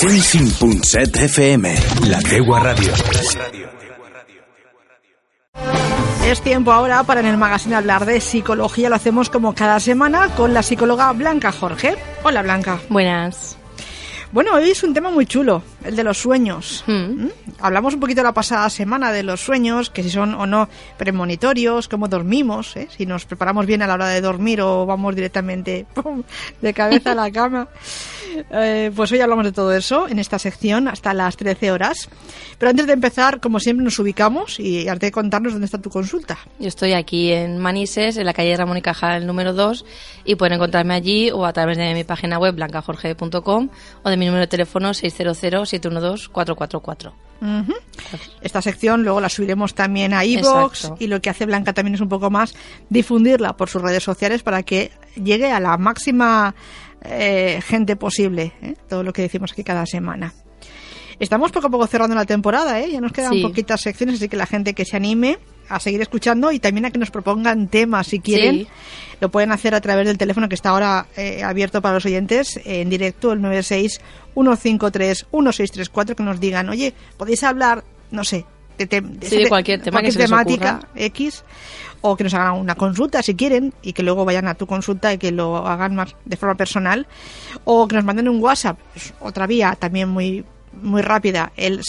105.7 FM, la Tegua Radio. Es tiempo ahora para en el magazine hablar de psicología. Lo hacemos como cada semana con la psicóloga Blanca Jorge. Hola, Blanca. Buenas. Bueno, hoy es un tema muy chulo, el de los sueños. Hablamos un poquito la pasada semana de los sueños, que si son o no premonitorios, cómo dormimos, si nos preparamos bien a la hora de dormir o vamos directamente ¡pum!, de cabeza a la cama. Pues hoy hablamos de todo eso en esta sección hasta las 13 horas. Pero antes de empezar, como siempre, nos ubicamos y has de contarnos dónde está tu consulta. Yo estoy aquí en Manises, en la calle Ramón y Cajal número 2, y pueden encontrarme allí o a través de mi página web blancajorge.com o de mi número de teléfono 600-712-444. Esta sección luego la subiremos también a iVoox, y lo que hace Blanca también es un poco más difundirla por sus redes sociales para que llegue a la máxima gente posible, todo lo que decimos aquí cada semana. Estamos poco a poco cerrando la temporada, ya nos quedan poquitas secciones, así que la gente que se anime a seguir escuchando y también a que nos propongan temas si quieren, lo pueden hacer a través del teléfono que está ahora abierto para los oyentes en directo, el 96-153-1634, que nos digan, oye, podéis hablar, no sé, de cualquier tema, cualquier temática X, o que nos hagan una consulta si quieren y que luego vayan a tu consulta y que lo hagan más de forma personal, o que nos manden un WhatsApp, es otra vía también muy rápida, el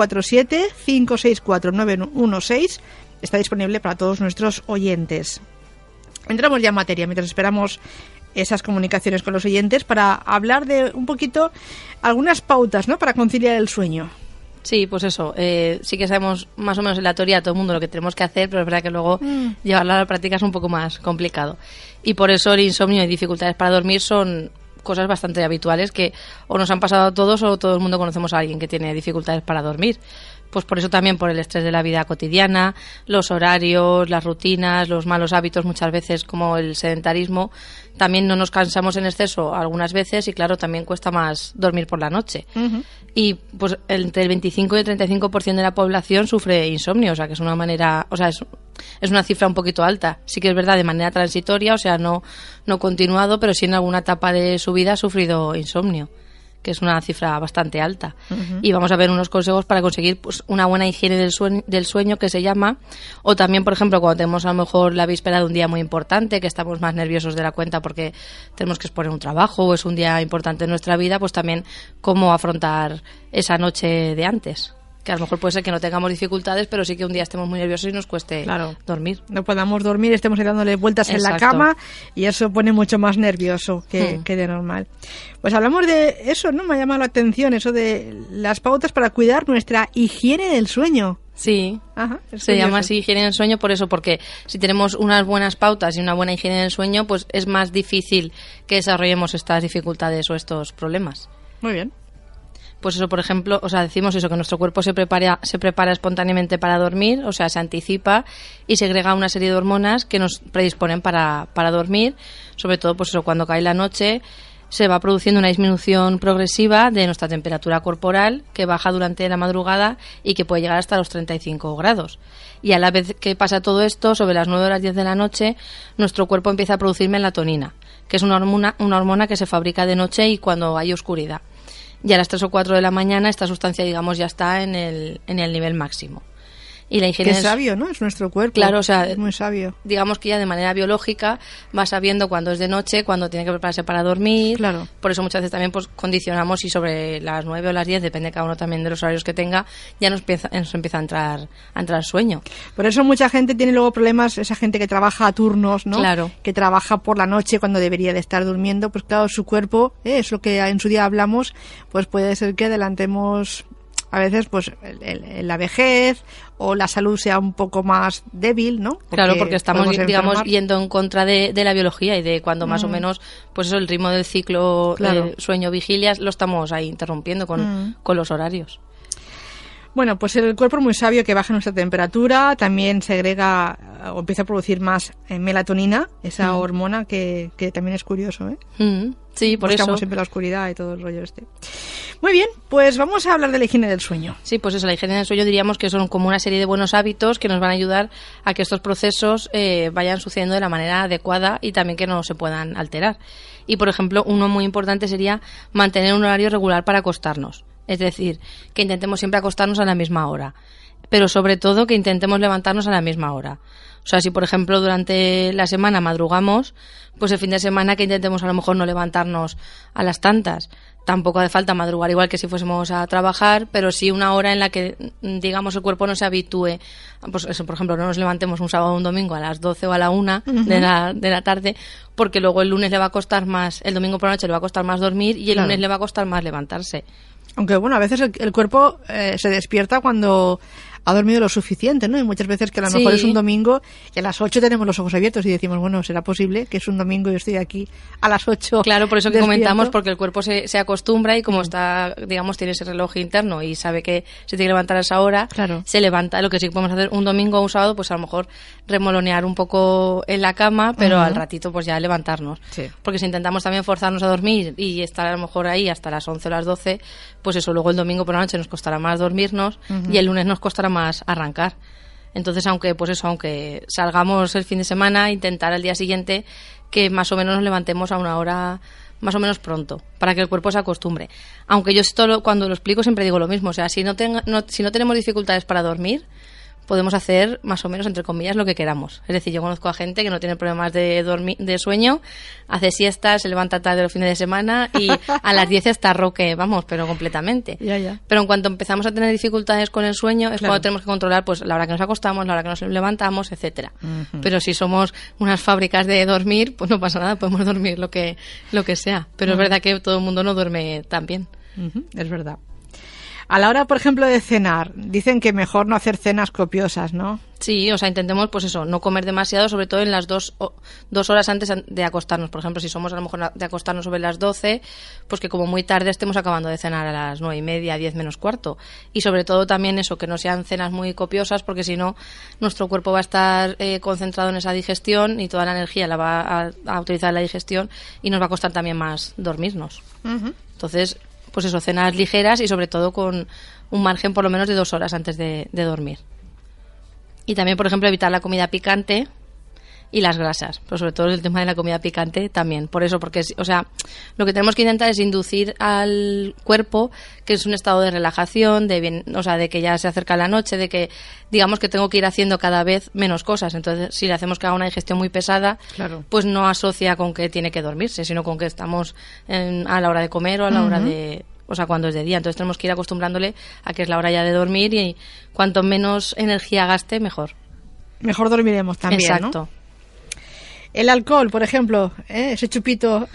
647-564-916 está disponible para todos nuestros oyentes. Entramos ya en materia mientras esperamos esas comunicaciones con los oyentes para hablar de un poquito algunas pautas, ¿no?, para conciliar el sueño. Sí, pues eso, sí que sabemos más o menos en la teoría todo el mundo lo que tenemos que hacer, pero es verdad que luego llevarlo a la práctica es un poco más complicado. Y por eso el insomnio y dificultades para dormir son cosas bastante habituales que o nos han pasado a todos o todo el mundo conocemos a alguien que tiene dificultades para dormir. Pues por eso también, por el estrés de la vida cotidiana, los horarios, las rutinas, los malos hábitos muchas veces como el sedentarismo, también no nos cansamos en exceso algunas veces y claro, también cuesta más dormir por la noche. Y pues entre el 25 y el 35% de la población sufre insomnio, o sea que es una manera, o sea, es una cifra un poquito alta. Sí que es verdad de manera transitoria, o sea, no continuado, pero sí en alguna etapa de su vida ha sufrido insomnio, que es una cifra bastante alta. Y vamos a ver unos consejos para conseguir pues una buena higiene del sueño, que se llama, o también, por ejemplo, cuando tenemos a lo mejor la víspera de un día muy importante, que estamos más nerviosos de la cuenta porque tenemos que exponer un trabajo o es un día importante en nuestra vida, pues también cómo afrontar esa noche de antes. Que a lo mejor puede ser que no tengamos dificultades, pero sí que un día estemos muy nerviosos y nos cueste dormir. No podamos dormir, estemos dándole vueltas en la cama y eso pone mucho más nervioso que de normal. Pues hablamos de eso, ¿no? Me ha llamado la atención eso de las pautas para cuidar nuestra higiene del sueño. Sí, se llama así higiene del sueño por eso, porque si tenemos unas buenas pautas y una buena higiene del sueño, pues es más difícil que desarrollemos estas dificultades o estos problemas. Muy bien. Pues eso, por ejemplo, o sea, decimos eso, que nuestro cuerpo se prepara espontáneamente para dormir, o sea, se anticipa y segrega una serie de hormonas que nos predisponen para dormir, sobre todo, pues eso, cuando cae la noche se va produciendo una disminución progresiva de nuestra temperatura corporal que baja durante la madrugada y que puede llegar hasta los 35 grados. Y a la vez que pasa todo esto, sobre las 9 o las 10 de la noche, nuestro cuerpo empieza a producir melatonina, que es una hormona que se fabrica de noche y cuando hay oscuridad. Y a las 3 o 4 de la mañana esta sustancia, digamos, ya está en el nivel máximo. Y la higiene Qué sabio, ¿no? Es nuestro cuerpo. Claro, o sea, es muy sabio. Digamos que ya de manera biológica va sabiendo cuando es de noche, cuando tiene que prepararse para dormir. Claro. Por eso muchas veces también pues condicionamos y sobre las 9 o las 10, depende cada uno también de los horarios que tenga, ya nos empieza a entrar sueño. Por eso mucha gente tiene luego problemas, esa gente que trabaja a turnos, ¿no? Claro. Que trabaja por la noche cuando debería de estar durmiendo, pues claro, su cuerpo, es lo que en su día hablamos, pues puede ser que adelantemos a veces pues la vejez o la salud sea un poco más débil, ¿no? Porque estamos, digamos, yendo en contra de la biología y de cuando más o menos, pues eso, el ritmo del ciclo sueño-vigilia lo estamos ahí interrumpiendo con los horarios. Bueno, pues el cuerpo es muy sabio, que baja nuestra temperatura, también segrega o empieza a producir más melatonina, esa hormona que también es curioso, ¿eh? Sí, por buscamos eso. siempre la oscuridad y todo el rollo este. Muy bien, pues vamos a hablar de la higiene del sueño. Sí, pues eso, la higiene del sueño diríamos que son como una serie de buenos hábitos que nos van a ayudar a que estos procesos vayan sucediendo de la manera adecuada y también que no se puedan alterar. Y, por ejemplo, uno muy importante sería mantener un horario regular para acostarnos. Es decir, que intentemos siempre acostarnos a la misma hora, pero sobre todo que intentemos levantarnos a la misma hora. O sea, si por ejemplo durante la semana madrugamos, pues el fin de semana que intentemos a lo mejor no levantarnos a las tantas. Tampoco hace falta madrugar igual que si fuésemos a trabajar, pero sí una hora en la que, digamos, el cuerpo no se habitúe. Pues eso, por ejemplo, no nos levantemos un sábado o un domingo a las 12 o a la 1 de la tarde, porque luego el lunes le va a costar más, el domingo por la noche le va a costar más dormir y el lunes le va a costar más levantarse. Aunque bueno, a veces el cuerpo se despierta cuando ha dormido lo suficiente, ¿no? Y muchas veces que a lo mejor es un domingo y a las 8 tenemos los ojos abiertos y decimos, bueno, ¿será posible que es un domingo y yo estoy aquí a las 8? Claro, por eso que despierto? comentamos, porque el cuerpo se acostumbra y como está, digamos, tiene ese reloj interno y sabe que se tiene que levantar a esa hora, se levanta. Lo que sí podemos hacer un domingo o un sábado, pues a lo mejor remolonear un poco en la cama, pero al ratito pues ya levantarnos. Sí. Porque si intentamos también forzarnos a dormir y estar a lo mejor ahí hasta las 11 o las 12, pues eso, luego el domingo por la noche nos costará más dormirnos y el lunes nos costará más arrancar. Entonces, aunque salgamos el fin de semana, intentar al día siguiente que más o menos nos levantemos a una hora más o menos pronto, para que el cuerpo se acostumbre. Aunque yo cuando lo explico siempre digo lo mismo, o sea, si no tenemos dificultades para dormir, podemos hacer más o menos, entre comillas, lo que queramos. Es decir, yo conozco a gente que no tiene problemas de sueño, hace siestas, se levanta tarde los fines de semana y a las 10 está roque, vamos, pero completamente. Ya. Pero en cuanto empezamos a tener dificultades con el sueño, es cuando tenemos que controlar pues la hora que nos acostamos, la hora que nos levantamos, etcétera. Pero si somos unas fábricas de dormir, pues no pasa nada, podemos dormir lo que sea. Pero es verdad que todo el mundo no duerme tan bien. Es verdad. A la hora, por ejemplo, de cenar, dicen que mejor no hacer cenas copiosas, ¿no? Sí, o sea, intentemos, pues eso, no comer demasiado, sobre todo en las 2 horas antes de acostarnos. Por ejemplo, si somos a lo mejor de acostarnos sobre las 12, pues que como muy tarde estemos acabando de cenar a las 9:30, 10 menos cuarto. Y sobre todo también eso, que no sean cenas muy copiosas, porque si no, nuestro cuerpo va a estar concentrado en esa digestión y toda la energía la va a utilizar en la digestión y nos va a costar también más dormirnos. Entonces, pues eso, cenas ligeras y sobre todo con un margen por lo menos de 2 horas antes de dormir. Y también, por ejemplo, evitar la comida picante y las grasas, pero sobre todo el tema de la comida picante también. Por eso, porque, o sea, lo que tenemos que intentar es inducir al cuerpo que es un estado de relajación, de que ya se acerca la noche, de que, digamos, que tengo que ir haciendo cada vez menos cosas. Entonces, si le hacemos que haga una digestión muy pesada, pues no asocia con que tiene que dormirse, sino con que estamos a la hora de comer o a la hora de... O sea, cuando es de día. Entonces tenemos que ir acostumbrándole a que es la hora ya de dormir y cuanto menos energía gaste, mejor. Mejor dormiremos también, exacto, ¿no? El alcohol, por ejemplo, ese chupito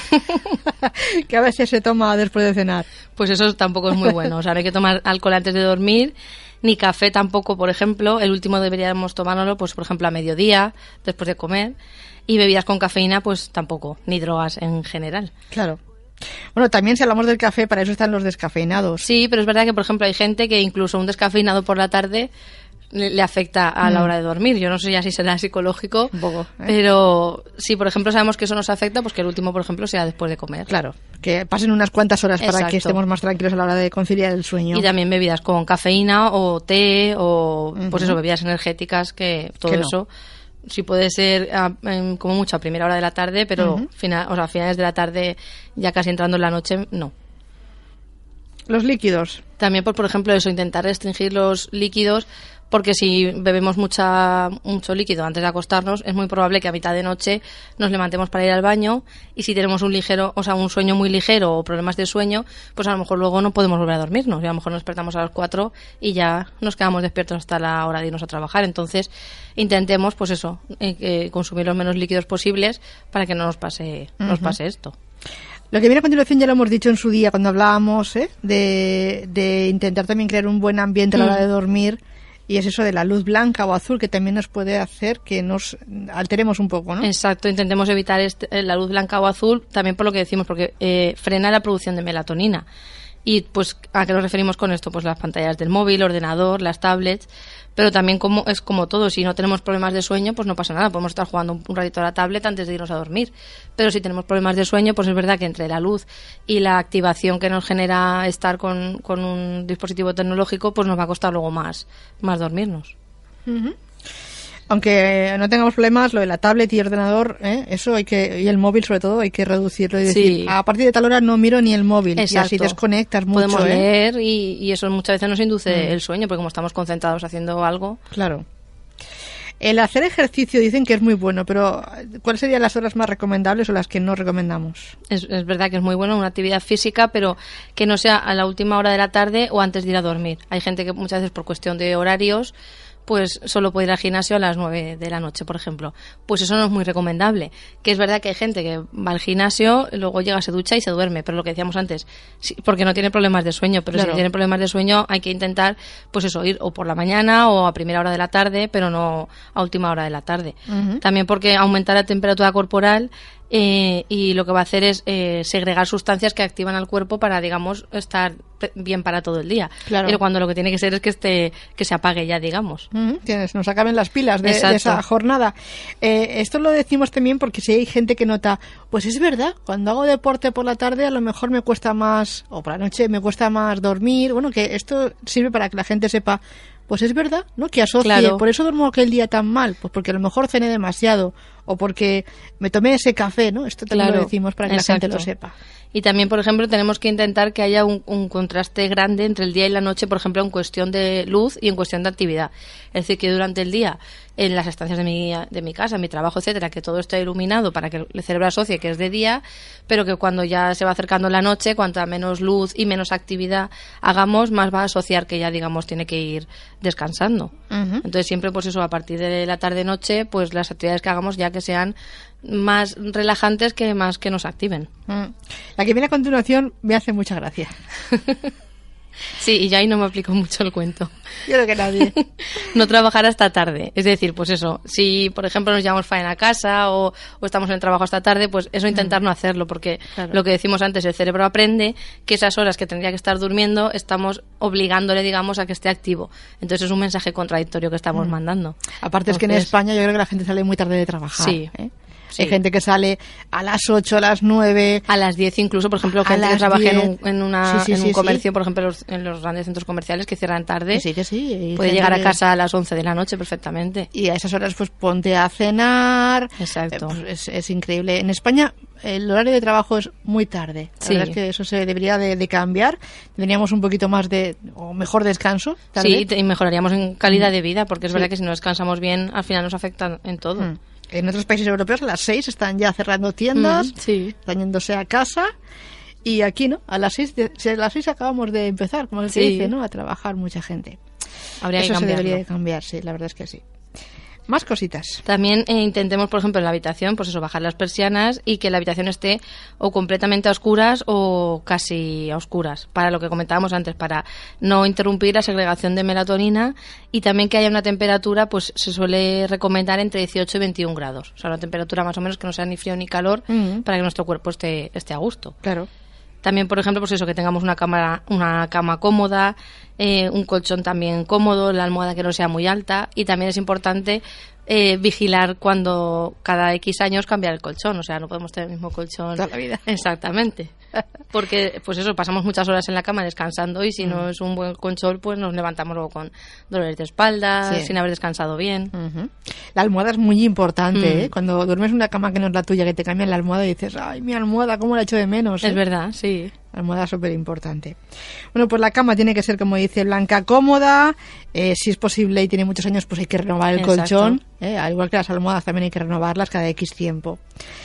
que a veces se toma después de cenar. Pues eso tampoco es muy bueno. O sea, no hay que tomar alcohol antes de dormir, ni café tampoco, por ejemplo. El último deberíamos tomárnoslo, pues por ejemplo, a mediodía, después de comer. Y bebidas con cafeína, pues tampoco, ni drogas en general. Claro. Bueno, también si hablamos del café, para eso están los descafeinados. Sí, pero es verdad que, por ejemplo, hay gente que incluso un descafeinado por la tarde le afecta a la hora de dormir. Yo no sé ya si será psicológico, un poco, pero si, por ejemplo, sabemos que eso nos afecta, pues que el último, por ejemplo, sea después de comer. Claro, que pasen unas cuantas horas para que estemos más tranquilos a la hora de conciliar el sueño. Y también bebidas con cafeína o té o, pues eso, bebidas energéticas, que todo que eso... Sí puede ser como mucho a primera hora de la tarde, pero finales de la tarde, ya casi entrando en la noche, no. Los líquidos. También, por ejemplo, eso, intentar restringir los líquidos, porque si bebemos mucho líquido antes de acostarnos, es muy probable que a mitad de noche nos levantemos para ir al baño, y si tenemos un sueño muy ligero o problemas de sueño, pues a lo mejor luego no podemos volver a dormirnos, y a lo mejor nos despertamos a las 4 y ya nos quedamos despiertos hasta la hora de irnos a trabajar. Entonces, intentemos, pues eso, consumir los menos líquidos posibles para que no nos pase esto. Lo que viene a continuación ya lo hemos dicho en su día cuando hablábamos de intentar también crear un buen ambiente a la hora de dormir, y es eso de la luz blanca o azul, que también nos puede hacer que nos alteremos un poco, ¿no? Exacto, intentemos evitar la luz blanca o azul, también por lo que decimos, porque frena la producción de melatonina. Y pues, ¿a qué nos referimos con esto? Pues las pantallas del móvil, ordenador, las tablets, pero también es como todo, si no tenemos problemas de sueño, pues no pasa nada, podemos estar jugando un ratito a la tablet antes de irnos a dormir. Pero si tenemos problemas de sueño, pues es verdad que entre la luz y la activación que nos genera estar con un dispositivo tecnológico, pues nos va a costar luego más dormirnos. Aunque no tengamos problemas, lo de la tablet y ordenador, eso y el móvil sobre todo, hay que reducirlo y decir, a partir de tal hora no miro ni el móvil. Exacto. Y así desconectas mucho. Podemos leer y eso muchas veces nos induce el sueño, porque como estamos concentrados haciendo algo. Claro. El hacer ejercicio dicen que es muy bueno, pero ¿cuáles serían las horas más recomendables o las que no recomendamos? Es verdad que es muy bueno una actividad física, pero que no sea a la última hora de la tarde o antes de ir a dormir. Hay gente que muchas veces por cuestión de horarios pues solo puede ir al gimnasio a las 9 de la noche, por ejemplo. Pues eso no es muy recomendable. Que es verdad que hay gente que va al gimnasio, luego llega, se ducha y se duerme, pero lo que decíamos antes, sí, porque no tiene problemas de sueño, pero claro, si tiene problemas de sueño hay que intentar, pues eso, ir o por la mañana o a primera hora de la tarde, pero no a última hora de la tarde. Uh-huh. También porque aumentar la temperatura corporal y lo que va a hacer es segregar sustancias que activan al cuerpo para, digamos, estar bien para todo el día. Claro. Pero cuando lo que tiene que ser es que se apague ya, digamos. Nos acaben las pilas de esa jornada. Esto lo decimos también porque si hay gente que nota, pues es verdad, cuando hago deporte por la tarde a lo mejor me cuesta más, o por la noche me cuesta más dormir. Bueno, que esto sirve para que la gente sepa, pues es verdad, ¿no? Que asocie, claro, por eso duermo aquel día tan mal, pues porque a lo mejor cené demasiado o porque me tomé ese café, ¿no? Esto también lo decimos para que la gente lo sepa. Y también, por ejemplo, tenemos que intentar que haya un contraste grande entre el día y la noche, por ejemplo, en cuestión de luz y en cuestión de actividad. Es decir, que durante el día, en las estancias de mi casa, mi trabajo, etcétera, que todo esté iluminado para que el cerebro asocie que es de día, pero que cuando ya se va acercando la noche, cuanta menos luz y menos actividad hagamos, más va a asociar que ya, digamos, tiene que ir descansando. Uh-huh. Entonces, siempre, pues eso, a partir de la tarde-noche, pues las actividades que hagamos ya que sean más relajantes que más que nos activen. La que viene a continuación me hace mucha gracia. Sí, y ya ahí no me aplico mucho el cuento. Yo creo que nadie. No trabajar hasta tarde. Es decir, pues eso, si por ejemplo nos llevamos faena a casa o estamos en el trabajo hasta tarde, pues eso intentar no hacerlo, porque claro, lo que decimos antes, el cerebro aprende que esas horas que tendría que estar durmiendo estamos obligándole, digamos, a que esté activo. Entonces es un mensaje contradictorio que estamos mandando. Aparte es que en España yo creo que la gente sale muy tarde de trabajar. Sí. Sí. Hay gente que sale a las 8, a las 9... A las 10 incluso, por ejemplo, gente que trabaja en un comercio, por ejemplo, en los grandes centros comerciales que cierran tarde. Sí, que sí. Puede llegar a casa a las 11 de la noche perfectamente. Y a esas horas pues ponte a cenar. Exacto. Pues es increíble. En España el horario de trabajo es muy tarde. La verdad es que eso se debería de cambiar. Tendríamos un poquito más o mejor descanso. Sí, y mejoraríamos en calidad de vida, porque es verdad que si no descansamos bien, al final nos afecta en todo. En otros países europeos a las 6 están ya cerrando tiendas, están yéndose a casa, y aquí no, a las 6 acabamos de empezar, como se dice, ¿no? A trabajar mucha gente. Eso se debería de cambiar, sí, la verdad es que sí. Más cositas. También intentemos, por ejemplo, en la habitación, pues eso, bajar las persianas y que la habitación esté o completamente a oscuras o casi a oscuras, para lo que comentábamos antes, para no interrumpir la segregación de melatonina, y también que haya una temperatura, pues se suele recomendar entre 18 y 21 grados. O sea, una temperatura más o menos que no sea ni frío ni calor, para que nuestro cuerpo esté a gusto. Claro. También, por ejemplo, pues eso, que tengamos una cama cómoda, un colchón también cómodo, la almohada que no sea muy alta, y también es importante vigilar cuando cada X años cambiar el colchón, o sea, no podemos tener el mismo colchón toda la vida. Exactamente. Porque, pues eso, pasamos muchas horas en la cama descansando y si no es un buen colchón, pues nos levantamos luego con dolores de espalda, sin haber descansado bien. La almohada es muy importante, ¿eh? Cuando duermes en una cama que no es la tuya, que te cambian la almohada y dices, ay, mi almohada, cómo la echo de menos. Es verdad, sí. La almohada es súper importante. Bueno, pues la cama tiene que ser, como dice Blanca, cómoda. Si es posible y tiene muchos años, pues hay que renovar el colchón. Al igual que las almohadas también hay que renovarlas cada X tiempo.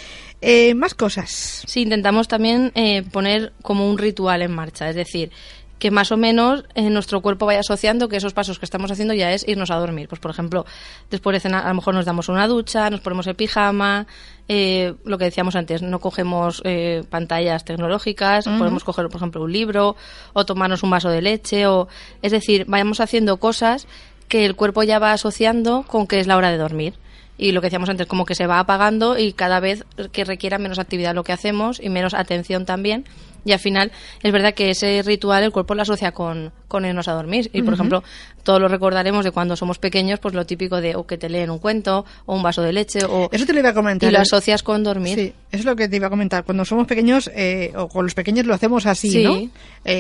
Más cosas. Sí, intentamos también poner como un ritual en marcha, es decir, que más o menos nuestro cuerpo vaya asociando que esos pasos que estamos haciendo ya es irnos a dormir. Pues, por ejemplo, después de cenar a lo mejor nos damos una ducha, nos ponemos el pijama, lo que decíamos antes, no cogemos pantallas tecnológicas, podemos coger, por ejemplo, un libro o tomarnos un vaso de leche, es decir, vayamos haciendo cosas que el cuerpo ya va asociando con que es la hora de dormir. Y lo que decíamos antes, como que se va apagando y cada vez que requiera menos actividad lo que hacemos y menos atención también, Y al final es verdad que ese ritual el cuerpo lo asocia con irnos a dormir. Y por ejemplo, todos lo recordaremos de cuando somos pequeños, pues lo típico de o que te leen un cuento o un vaso de leche. Eso te lo iba a comentar. Y lo asocias con dormir. Sí, eso es lo que te iba a comentar. Cuando somos pequeños, o con los pequeños lo hacemos así, sí. ¿no?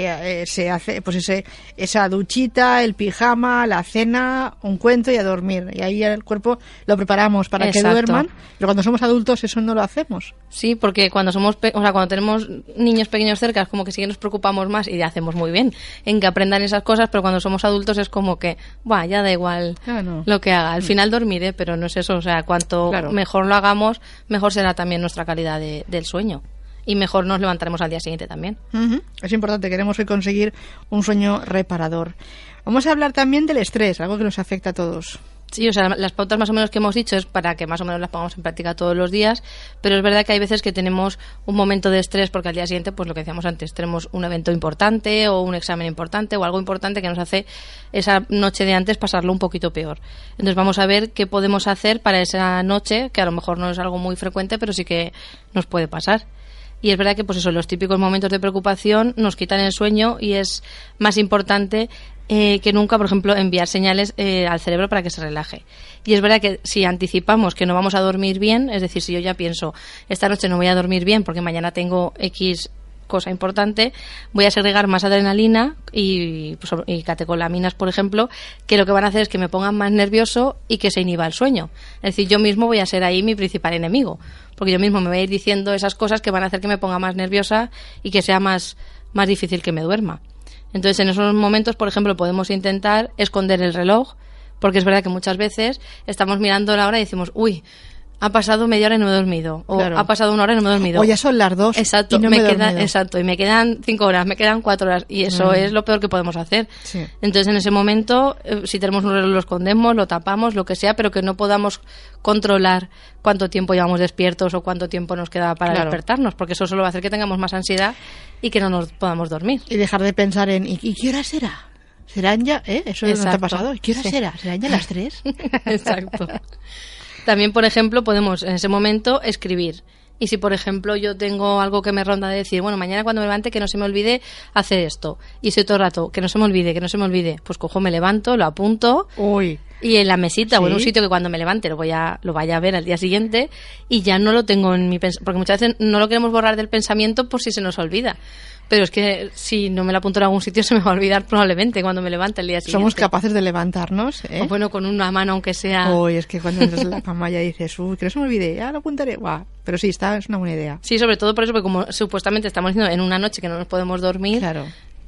Se hace pues esa duchita, el pijama, la cena, un cuento y a dormir. Y ahí el cuerpo lo preparamos para Exacto. que duerman. Pero cuando somos adultos eso no lo hacemos. Sí, porque cuando cuando tenemos niños pequeños cerca, es como que sí que nos preocupamos más y hacemos muy bien en que aprendan esas cosas, pero cuando somos adultos es como que, ya da igual lo que haga. Al final dormiré, pero no es eso. O sea, cuanto mejor lo hagamos, mejor será también nuestra calidad del sueño. Y mejor nos levantaremos al día siguiente también. Es importante, queremos hoy conseguir un sueño reparador. Vamos a hablar también del estrés, algo que nos afecta a todos. Sí, o sea, las pautas más o menos que hemos dicho es para que más o menos las pongamos en práctica todos los días, pero es verdad que hay veces que tenemos un momento de estrés porque al día siguiente, pues lo que decíamos antes, tenemos un evento importante o un examen importante o algo importante que nos hace esa noche de antes pasarlo un poquito peor. Entonces vamos a ver qué podemos hacer para esa noche, que a lo mejor no es algo muy frecuente, pero sí que nos puede pasar. Y es verdad que pues eso, los típicos momentos de preocupación nos quitan el sueño y es más importante que nunca, por ejemplo, enviar señales al cerebro para que se relaje. Y es verdad que si anticipamos que no vamos a dormir bien, es decir, si yo ya pienso, esta noche no voy a dormir bien porque mañana tengo X cosa importante, voy a segregar más adrenalina y catecolaminas, por ejemplo, que lo que van a hacer es que me pongan más nervioso y que se inhiba el sueño. Es decir, yo mismo voy a ser ahí mi principal enemigo, porque yo mismo me voy a ir diciendo esas cosas que van a hacer que me ponga más nerviosa y que sea más difícil que me duerma. Entonces, en esos momentos, por ejemplo, podemos intentar esconder el reloj, porque es verdad que muchas veces estamos mirando la hora y decimos, uy, ha pasado media hora y no he dormido, o ha pasado una hora y no me he dormido. O ya son las 2 exacto, y no me he dormido. Exacto, y me quedan 5 horas, me quedan 4 horas, y eso es lo peor que podemos hacer. Sí. Entonces, en ese momento, si tenemos un reloj, lo escondemos, lo tapamos, lo que sea, pero que no podamos controlar cuánto tiempo llevamos despiertos o cuánto tiempo nos queda para despertarnos, porque eso solo va a hacer que tengamos más ansiedad y que no nos podamos dormir. Y dejar de pensar en, ¿y qué hora será? ¿Serán ya? Eso no te ha pasado. ¿Qué hora será? ¿Serán ya las 3? Exacto. También, por ejemplo, podemos en ese momento escribir. Y si, por ejemplo, yo tengo algo que me ronda de decir, bueno, mañana cuando me levante que no se me olvide hacer esto. Y estoy todo el rato, que no se me olvide. Pues cojo, me levanto, lo apunto. Uy. Y en la mesita o en un sitio que cuando me levante lo vaya a ver al día siguiente y ya no lo tengo en mi pensamiento. Porque muchas veces no lo queremos borrar del pensamiento por si se nos olvida. Pero es que si no me lo apunto en algún sitio se me va a olvidar probablemente cuando me levante el día siguiente. Somos capaces de levantarnos, ¿eh? O bueno, con una mano aunque sea. Uy, es que cuando entras en la cama ya dices, uy, que no se me olvide, ya lo apuntaré. Buah. Pero sí, es una buena idea. Sí, sobre todo por eso, porque como supuestamente estamos diciendo en una noche que no nos podemos dormir. Claro.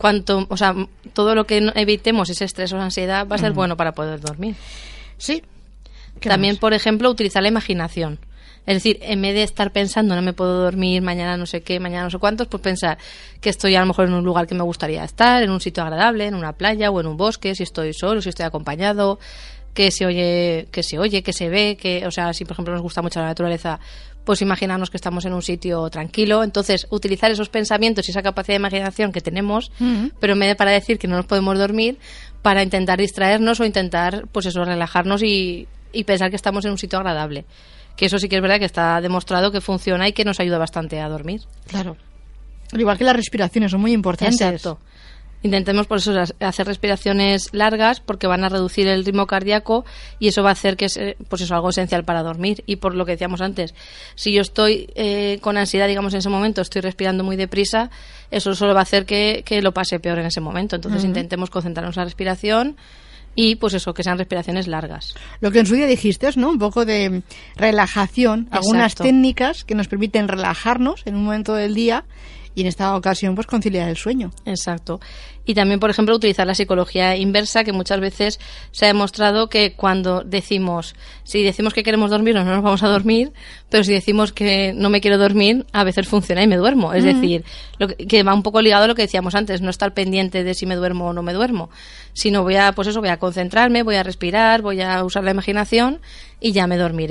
Todo lo que evitemos ese estrés o la ansiedad va a ser bueno para poder dormir. Sí. También, por ejemplo, utilizar la imaginación. Es decir, en vez de estar pensando, no me puedo dormir, mañana no sé qué, mañana no sé cuántos, pues pensar que estoy a lo mejor en un lugar que me gustaría estar, en un sitio agradable, en una playa o en un bosque, si estoy solo, si estoy acompañado, que se oye, que se ve, si por ejemplo nos gusta mucho la naturaleza, pues imaginarnos que estamos en un sitio tranquilo. Entonces, utilizar esos pensamientos y esa capacidad de imaginación que tenemos, pero en vez de para decir que no nos podemos dormir, para intentar distraernos o intentar, pues eso, relajarnos y pensar que estamos en un sitio agradable. Que eso sí que es verdad que está demostrado que funciona y que nos ayuda bastante a dormir. Claro. Al igual que las respiraciones son muy importantes. Exacto. Intentemos por eso hacer respiraciones largas porque van a reducir el ritmo cardíaco y eso va a hacer que es pues eso, algo esencial para dormir. Y por lo que decíamos antes, si yo estoy con ansiedad, digamos en ese momento, estoy respirando muy deprisa, eso solo va a hacer que lo pase peor en ese momento. Entonces intentemos concentrarnos en la respiración y pues eso, que sean respiraciones largas. Lo que en su día dijiste, ¿no? Un poco de relajación, algunas técnicas que nos permiten relajarnos en un momento del día y en esta ocasión pues conciliar el sueño. Exacto. Y también, por ejemplo, utilizar la psicología inversa, que muchas veces se ha demostrado que cuando si decimos que queremos dormirnos, no nos vamos a dormir, pero si decimos que no me quiero dormir, a veces funciona y me duermo. Es decir, que va un poco ligado a lo que decíamos antes, no estar pendiente de si me duermo o no me duermo, sino voy a concentrarme, voy a respirar, voy a usar la imaginación y ya me dormiré.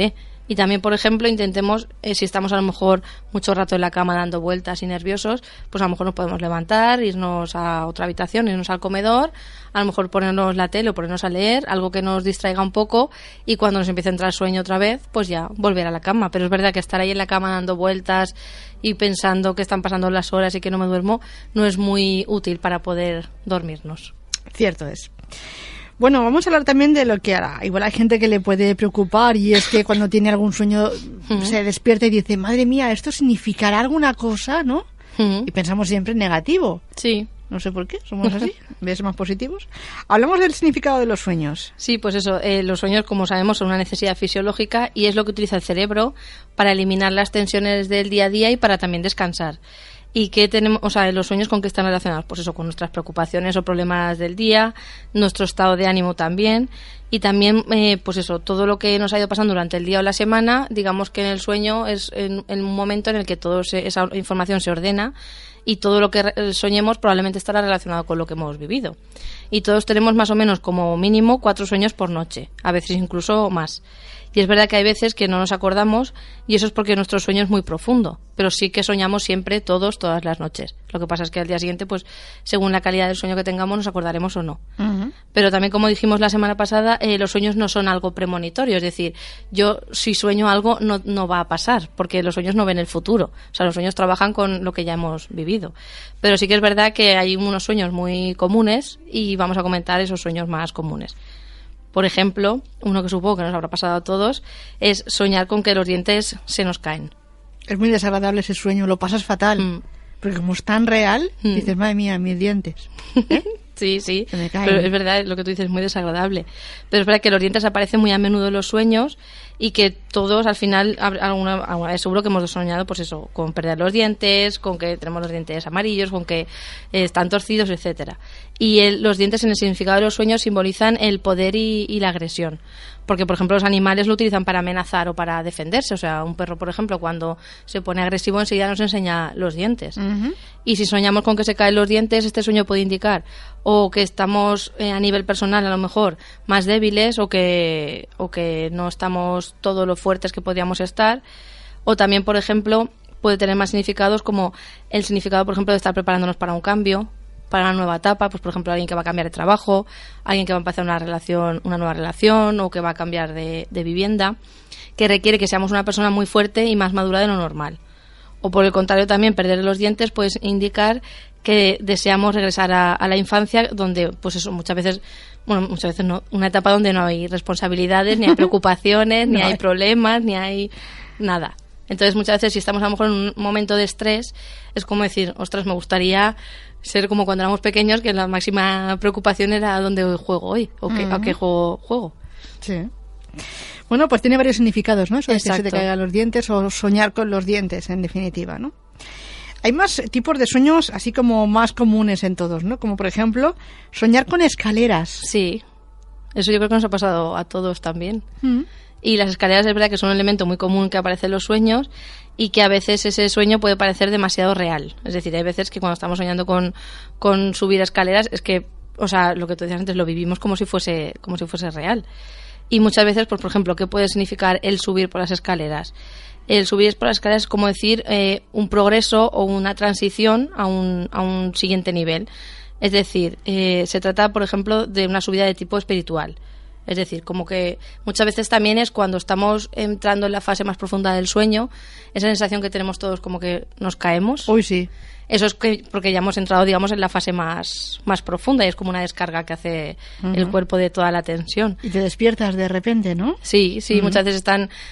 Y también, por ejemplo, intentemos, si estamos a lo mejor mucho rato en la cama dando vueltas y nerviosos, pues a lo mejor nos podemos levantar, irnos a otra habitación, irnos al comedor, a lo mejor ponernos la tele o ponernos a leer, algo que nos distraiga un poco, y cuando nos empiece a entrar sueño otra vez, pues ya volver a la cama. Pero es verdad que estar ahí en la cama dando vueltas y pensando que están pasando las horas y que no me duermo, no es muy útil para poder dormirnos. Cierto es. Bueno, vamos a hablar también de lo que hará. Igual hay gente que le puede preocupar, y es que cuando tiene algún sueño se despierta y dice, madre mía, ¿esto significará alguna cosa, no? Y pensamos siempre en negativo. Sí. No sé por qué, somos así, ¿ves? Más positivos. Hablamos del significado de los sueños. Sí, pues eso, los sueños, como sabemos, son una necesidad fisiológica y es lo que utiliza el cerebro para eliminar las tensiones del día a día y para también descansar. ¿Y qué tenemos, o sea, los sueños con qué están relacionados? Pues eso, con nuestras preocupaciones o problemas del día, nuestro estado de ánimo también, y también, pues eso, todo lo que nos ha ido pasando durante el día o la semana, digamos que en el sueño es en un momento en el que toda esa información se ordena y todo lo que soñemos probablemente estará relacionado con lo que hemos vivido. Y todos tenemos más o menos como mínimo 4 sueños por noche, a veces incluso más. Y es verdad que hay veces que no nos acordamos y eso es porque nuestro sueño es muy profundo, pero sí que soñamos siempre todas las noches. Lo que pasa es que al día siguiente, pues según la calidad del sueño que tengamos, nos acordaremos o no. Pero también, como dijimos la semana pasada, los sueños no son algo premonitorio, es decir, yo si sueño algo no va a pasar, porque los sueños no ven el futuro. O sea, los sueños trabajan con lo que ya hemos vivido. Pero sí que es verdad que hay unos sueños muy comunes y vamos a comentar esos sueños más comunes. Por ejemplo, uno que supongo que nos habrá pasado a todos es soñar con que los dientes se nos caen. Es muy desagradable ese sueño, lo pasas fatal. Porque como es tan real, dices, madre mía, mis dientes. ¿Eh? Sí, pero es verdad, lo que tú dices es muy desagradable. Pero es verdad que los dientes aparecen muy a menudo en los sueños y que todos al final, alguna vez seguro que hemos soñado, pues eso, con perder los dientes, con que tenemos los dientes amarillos, con que están torcidos, etcétera. Y los dientes en el significado de los sueños simbolizan el poder y la agresión. Porque, por ejemplo, los animales lo utilizan para amenazar o para defenderse. O sea, un perro, por ejemplo, cuando se pone agresivo, enseguida nos enseña los dientes. Y si soñamos con que se caen los dientes, este sueño puede indicar o que estamos a nivel personal, a lo mejor, más débiles o que no estamos todo lo fuertes que podríamos estar. O también, por ejemplo, puede tener más significados como el significado, por ejemplo, de estar preparándonos para un cambio, para una nueva etapa, pues por ejemplo alguien que va a cambiar de trabajo, alguien que va a empezar una nueva relación o que va a cambiar de vivienda, que requiere que seamos una persona muy fuerte y más madura de lo normal. O por el contrario también perder los dientes puede indicar que deseamos regresar a la infancia, donde pues eso muchas veces no, una etapa donde no hay responsabilidades, ni hay preocupaciones, ni hay problemas, ni hay nada. Entonces muchas veces si estamos a lo mejor en un momento de estrés es como decir, ostras, me gustaría ser como cuando éramos pequeños, que la máxima preocupación era dónde juego hoy o a qué juego. Sí. Bueno, pues tiene varios significados, ¿no? Eso de que se te caigan los dientes o soñar con los dientes, en definitiva, ¿no? Hay más tipos de sueños así como más comunes en todos, ¿no? Como por ejemplo, soñar con escaleras. Sí, eso yo creo que nos ha pasado a todos también. Y las escaleras es verdad que son un elemento muy común que aparece en los sueños y que a veces ese sueño puede parecer demasiado real. Es decir, hay veces que cuando estamos soñando con subir escaleras es que, o sea, lo que tú decías antes, lo vivimos como si fuese real. Y muchas veces, pues, por ejemplo, ¿qué puede significar el subir por las escaleras? El subir por las escaleras es como decir un progreso o una transición a un siguiente nivel. Es decir, se trata, por ejemplo, de una subida de tipo espiritual. Es decir, como que muchas veces también es cuando estamos entrando en la fase más profunda del sueño, esa sensación que tenemos todos como que nos caemos. Uy, sí. Eso es porque ya hemos entrado, digamos, en la fase más profunda y es como una descarga que hace el cuerpo de toda la tensión. Y te despiertas de repente, ¿no? Sí, muchas veces es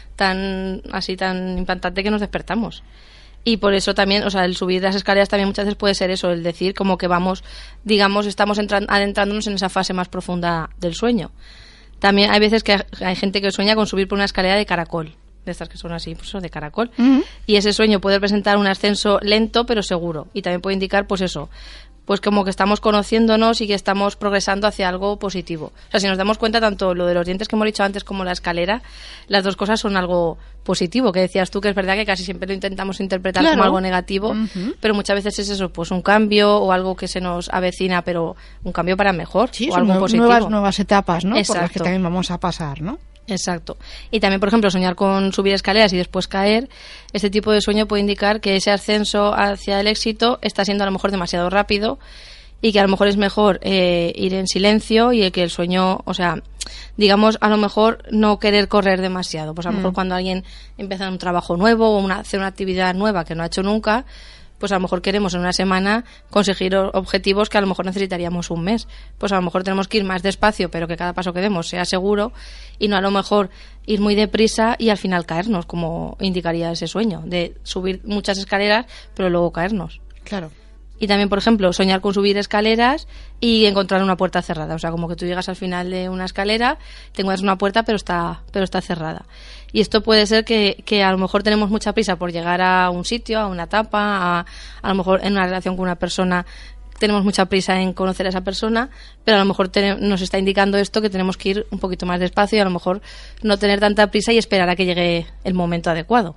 tan impactante que nos despertamos. Y por eso también, o sea, el subir las escaleras también muchas veces puede ser eso, el decir como que vamos, digamos, estamos adentrándonos en esa fase más profunda del sueño. También hay veces que hay gente que sueña con subir por una escalera de caracol, de estas que son así, pues de caracol. Y ese sueño puede representar un ascenso lento pero seguro. Y también puede indicar, pues eso, pues como que estamos conociéndonos y que estamos progresando hacia algo positivo. O sea, si nos damos cuenta, tanto lo de los dientes que hemos dicho antes como la escalera, las dos cosas son algo positivo, que decías tú que es verdad que casi siempre lo intentamos interpretar como algo negativo, pero muchas veces es eso, pues un cambio o algo que se nos avecina, pero un cambio para mejor, sí, o algo positivo. Nuevas etapas, ¿no? Exacto. Por las que también vamos a pasar, ¿no? Exacto. Y también, por ejemplo, soñar con subir escaleras y después caer, este tipo de sueño puede indicar que ese ascenso hacia el éxito está siendo a lo mejor demasiado rápido y que a lo mejor es mejor ir en silencio y que el sueño, o sea, digamos, a lo mejor no querer correr demasiado. Pues a lo mejor cuando alguien empieza un trabajo nuevo o hacer una actividad nueva que no ha hecho nunca, pues a lo mejor queremos en una semana conseguir objetivos que a lo mejor necesitaríamos un mes. Pues a lo mejor tenemos que ir más despacio, pero que cada paso que demos sea seguro y no a lo mejor ir muy deprisa y al final caernos, como indicaría ese sueño, de subir muchas escaleras, pero luego caernos. Claro. Y también, por ejemplo, soñar con subir escaleras y encontrar una puerta cerrada. O sea, como que tú llegas al final de una escalera, te encuentras una puerta, pero está cerrada. Y esto puede ser que a lo mejor tenemos mucha prisa por llegar a un sitio, a una etapa, a lo mejor en una relación con una persona tenemos mucha prisa en conocer a esa persona, pero a lo mejor nos está indicando esto que tenemos que ir un poquito más despacio y a lo mejor no tener tanta prisa y esperar a que llegue el momento adecuado.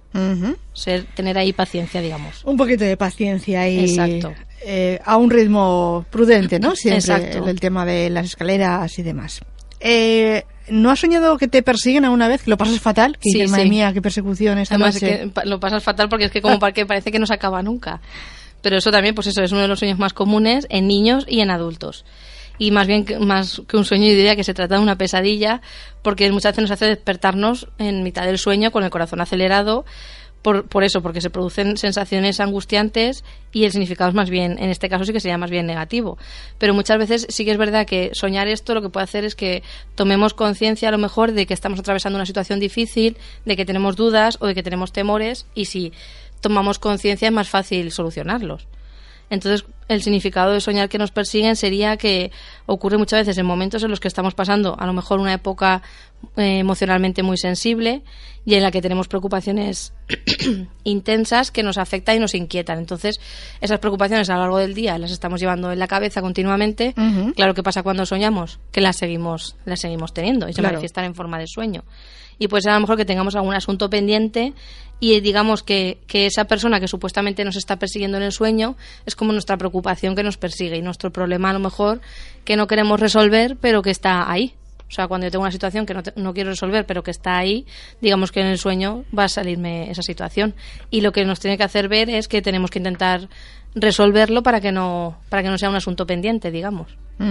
Tener ahí paciencia, digamos. Un poquito de paciencia y exacto. A un ritmo prudente, ¿no? Siempre exacto. El tema de las escaleras y demás. ¿No has soñado que te persiguen alguna vez? ¿Que lo pasas fatal? Que dices, madre mía, qué persecución esta noche. Además, es que lo pasas fatal porque es que como que parece que no se acaba nunca. Pero eso también, pues eso es uno de los sueños más comunes en niños y en adultos. Y más que un sueño, yo diría que se trata de una pesadilla, porque muchas veces nos hace despertarnos en mitad del sueño con el corazón acelerado, por eso, porque se producen sensaciones angustiantes y el significado es más bien, en este caso sí que sería más bien negativo. Pero muchas veces sí que es verdad que soñar esto lo que puede hacer es que tomemos conciencia a lo mejor de que estamos atravesando una situación difícil, de que tenemos dudas o de que tenemos temores, y si tomamos conciencia es más fácil solucionarlos. Entonces, el significado de soñar que nos persiguen sería que ocurre muchas veces en momentos en los que estamos pasando a lo mejor una época emocionalmente muy sensible y en la que tenemos preocupaciones intensas que nos afectan y nos inquietan. Entonces, esas preocupaciones a lo largo del día las estamos llevando en la cabeza continuamente. Claro, ¿qué pasa cuando soñamos? Que las seguimos teniendo y se manifiestan en forma de sueño. Y puede ser a lo mejor que tengamos algún asunto pendiente y digamos que esa persona que supuestamente nos está persiguiendo en el sueño es como nuestra preocupación que nos persigue y nuestro problema a lo mejor que no queremos resolver pero que está ahí. O sea, cuando yo tengo una situación que no quiero resolver pero que está ahí, digamos que en el sueño va a salirme esa situación. Y lo que nos tiene que hacer ver es que tenemos que intentar resolverlo para que no sea un asunto pendiente, digamos.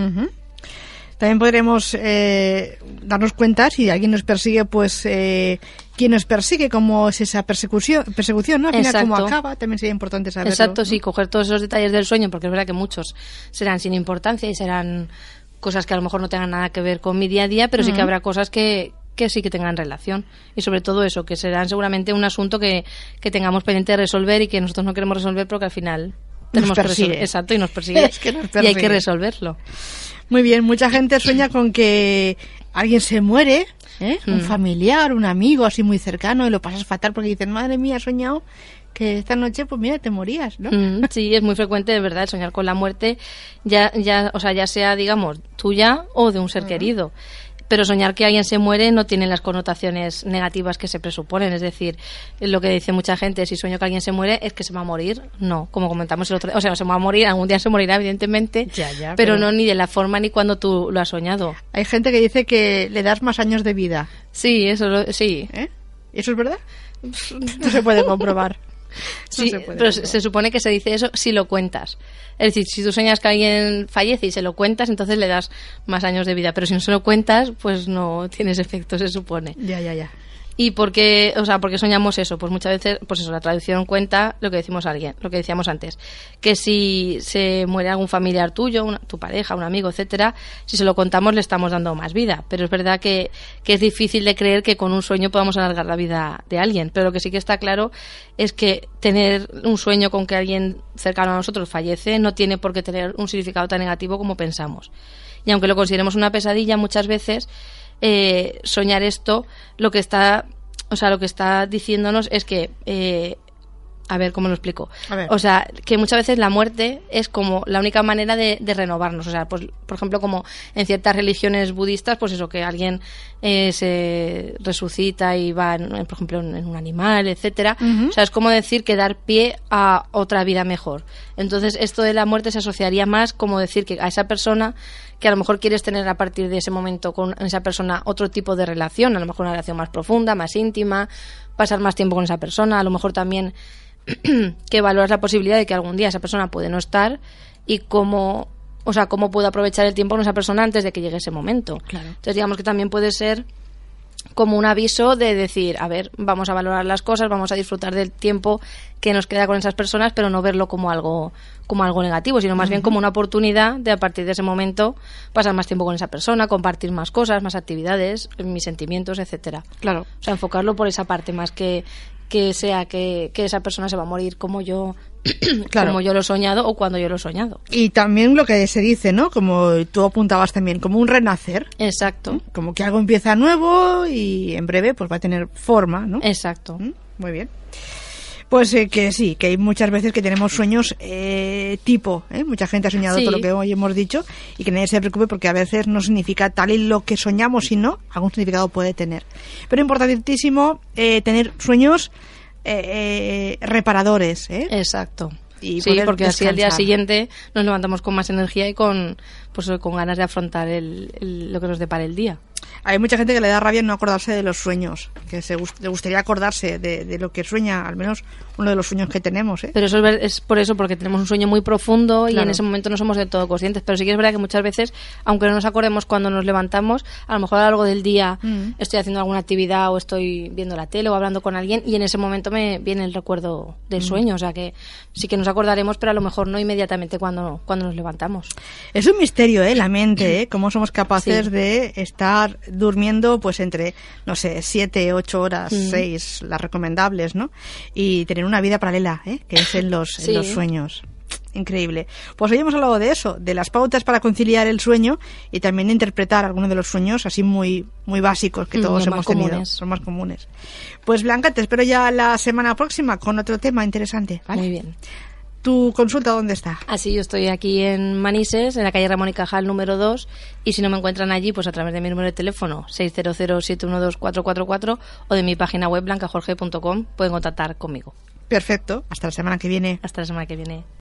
También podremos darnos cuenta si alguien nos persigue, pues quién nos persigue, cómo es esa persecución, ¿no? Al final, cómo acaba, también sería importante saberlo. Exacto, ¿no? Sí, coger todos esos detalles del sueño, porque es verdad que muchos serán sin importancia y serán cosas que a lo mejor no tengan nada que ver con mi día a día, pero sí que habrá cosas que sí que tengan relación. Y sobre todo eso, que serán seguramente un asunto que tengamos pendiente de resolver y que nosotros no queremos resolver, pero que al final tenemos que resolver. Exacto, y nos persigue. Es que nos persigue. Y hay que resolverlo. Muy bien, mucha gente sueña con que alguien se muere, un familiar, un amigo así muy cercano, y lo pasas fatal porque dicen, madre mía, he soñado que esta noche, pues mira, te morías, ¿no? Sí, es muy frecuente, de verdad, el soñar con la muerte, ya sea, digamos, tuya o de un ser querido. Pero soñar que alguien se muere no tiene las connotaciones negativas que se presuponen. Es decir, lo que dice mucha gente, si sueño que alguien se muere, es que se va a morir. No, como comentamos el otro día. O sea, se va a morir, algún día se morirá, evidentemente, pero no ni de la forma ni cuando tú lo has soñado. Hay gente que dice que le das más años de vida. Sí, sí. ¿Eso es verdad? No se puede comprobar. Sí, pero se supone que se dice eso si lo cuentas. Es decir, si tú sueñas que alguien fallece y se lo cuentas, entonces le das más años de vida. Pero si no se lo cuentas, pues no tienes efecto, se supone. Ya. ¿Y por qué soñamos eso? Pues muchas veces, pues eso, la tradición cuenta lo que decimos a alguien, lo que decíamos antes, que si se muere algún familiar tuyo, tu pareja, un amigo, etcétera, si se lo contamos le estamos dando más vida. Pero es verdad que es difícil de creer que con un sueño podamos alargar la vida de alguien. Pero lo que sí que está claro es que tener un sueño con que alguien cercano a nosotros fallece no tiene por qué tener un significado tan negativo como pensamos. Y aunque lo consideremos una pesadilla, muchas veces soñar esto lo que está diciéndonos es que A ver, ¿cómo lo explico? O sea, que muchas veces la muerte es como la única manera de renovarnos. O sea, pues, por ejemplo, como en ciertas religiones budistas, pues eso, que alguien se resucita y va, por ejemplo, en un animal, etcétera. O sea, es como decir que dar pie a otra vida mejor. Entonces, esto de la muerte se asociaría más como decir que a esa persona que a lo mejor quieres tener a partir de ese momento con esa persona otro tipo de relación, a lo mejor una relación más profunda, más íntima, pasar más tiempo con esa persona, a lo mejor también que valoras la posibilidad de que algún día esa persona puede no estar y cómo puedo aprovechar el tiempo con esa persona antes de que llegue ese momento. Claro. Entonces, digamos que también puede ser como un aviso de decir, a ver, vamos a valorar las cosas, vamos a disfrutar del tiempo que nos queda con esas personas, pero no verlo como algo negativo, sino más bien como una oportunidad de a partir de ese momento pasar más tiempo con esa persona, compartir más cosas, más actividades, mis sentimientos, etcétera. Claro. O sea, enfocarlo por esa parte más que sea que esa persona se va a morir como yo claro. como yo lo he soñado o cuando yo lo he soñado. Y también lo que se dice, ¿no? Como tú apuntabas también, como un renacer. Exacto. Como que algo empieza nuevo y en breve pues va a tener forma, ¿no? Exacto. Muy bien. Pues que sí, que hay muchas veces que tenemos sueños tipo, mucha gente ha soñado todo lo que hoy hemos dicho y que nadie se preocupe porque a veces no significa tal y lo que soñamos, sino algún significado puede tener. Pero importantísimo tener sueños reparadores, Exacto. Y sí, porque descansar. así al día siguiente nos levantamos con más energía y con ganas de afrontar lo que nos depara el día. Hay mucha gente que le da rabia no acordarse de los sueños, que le gustaría acordarse de lo que sueña, al menos uno de los sueños que tenemos, ¿eh? Pero eso es por eso, porque tenemos un sueño muy profundo y claro. en ese momento no somos del todo conscientes. Pero sí que es verdad que muchas veces, aunque no nos acordemos cuando nos levantamos, a lo mejor a lo largo del día estoy haciendo alguna actividad o estoy viendo la tele o hablando con alguien y en ese momento me viene el recuerdo del sueño. O sea que sí que nos acordaremos, pero a lo mejor no inmediatamente cuando nos levantamos. Es un misterio, la mente, cómo somos capaces de estar durmiendo pues entre, no sé, 7, 8 horas, 6, las recomendables, ¿no? Y tener una vida paralela, que es en los sueños. Increíble. Pues hoy hemos hablado de eso, de las pautas para conciliar el sueño y también de interpretar algunos de los sueños así muy muy básicos que todos hemos tenido. Son más comunes. Pues Blanca, te espero ya la semana próxima con otro tema interesante, ¿vale? Muy bien. ¿Tu consulta dónde está? Así, yo estoy aquí en Manises, en la calle Ramón y Cajal número 2, y si no me encuentran allí, pues a través de mi número de teléfono 600-712-444 o de mi página web blancajorge.com pueden contactar conmigo. Perfecto, hasta la semana que viene. Hasta la semana que viene.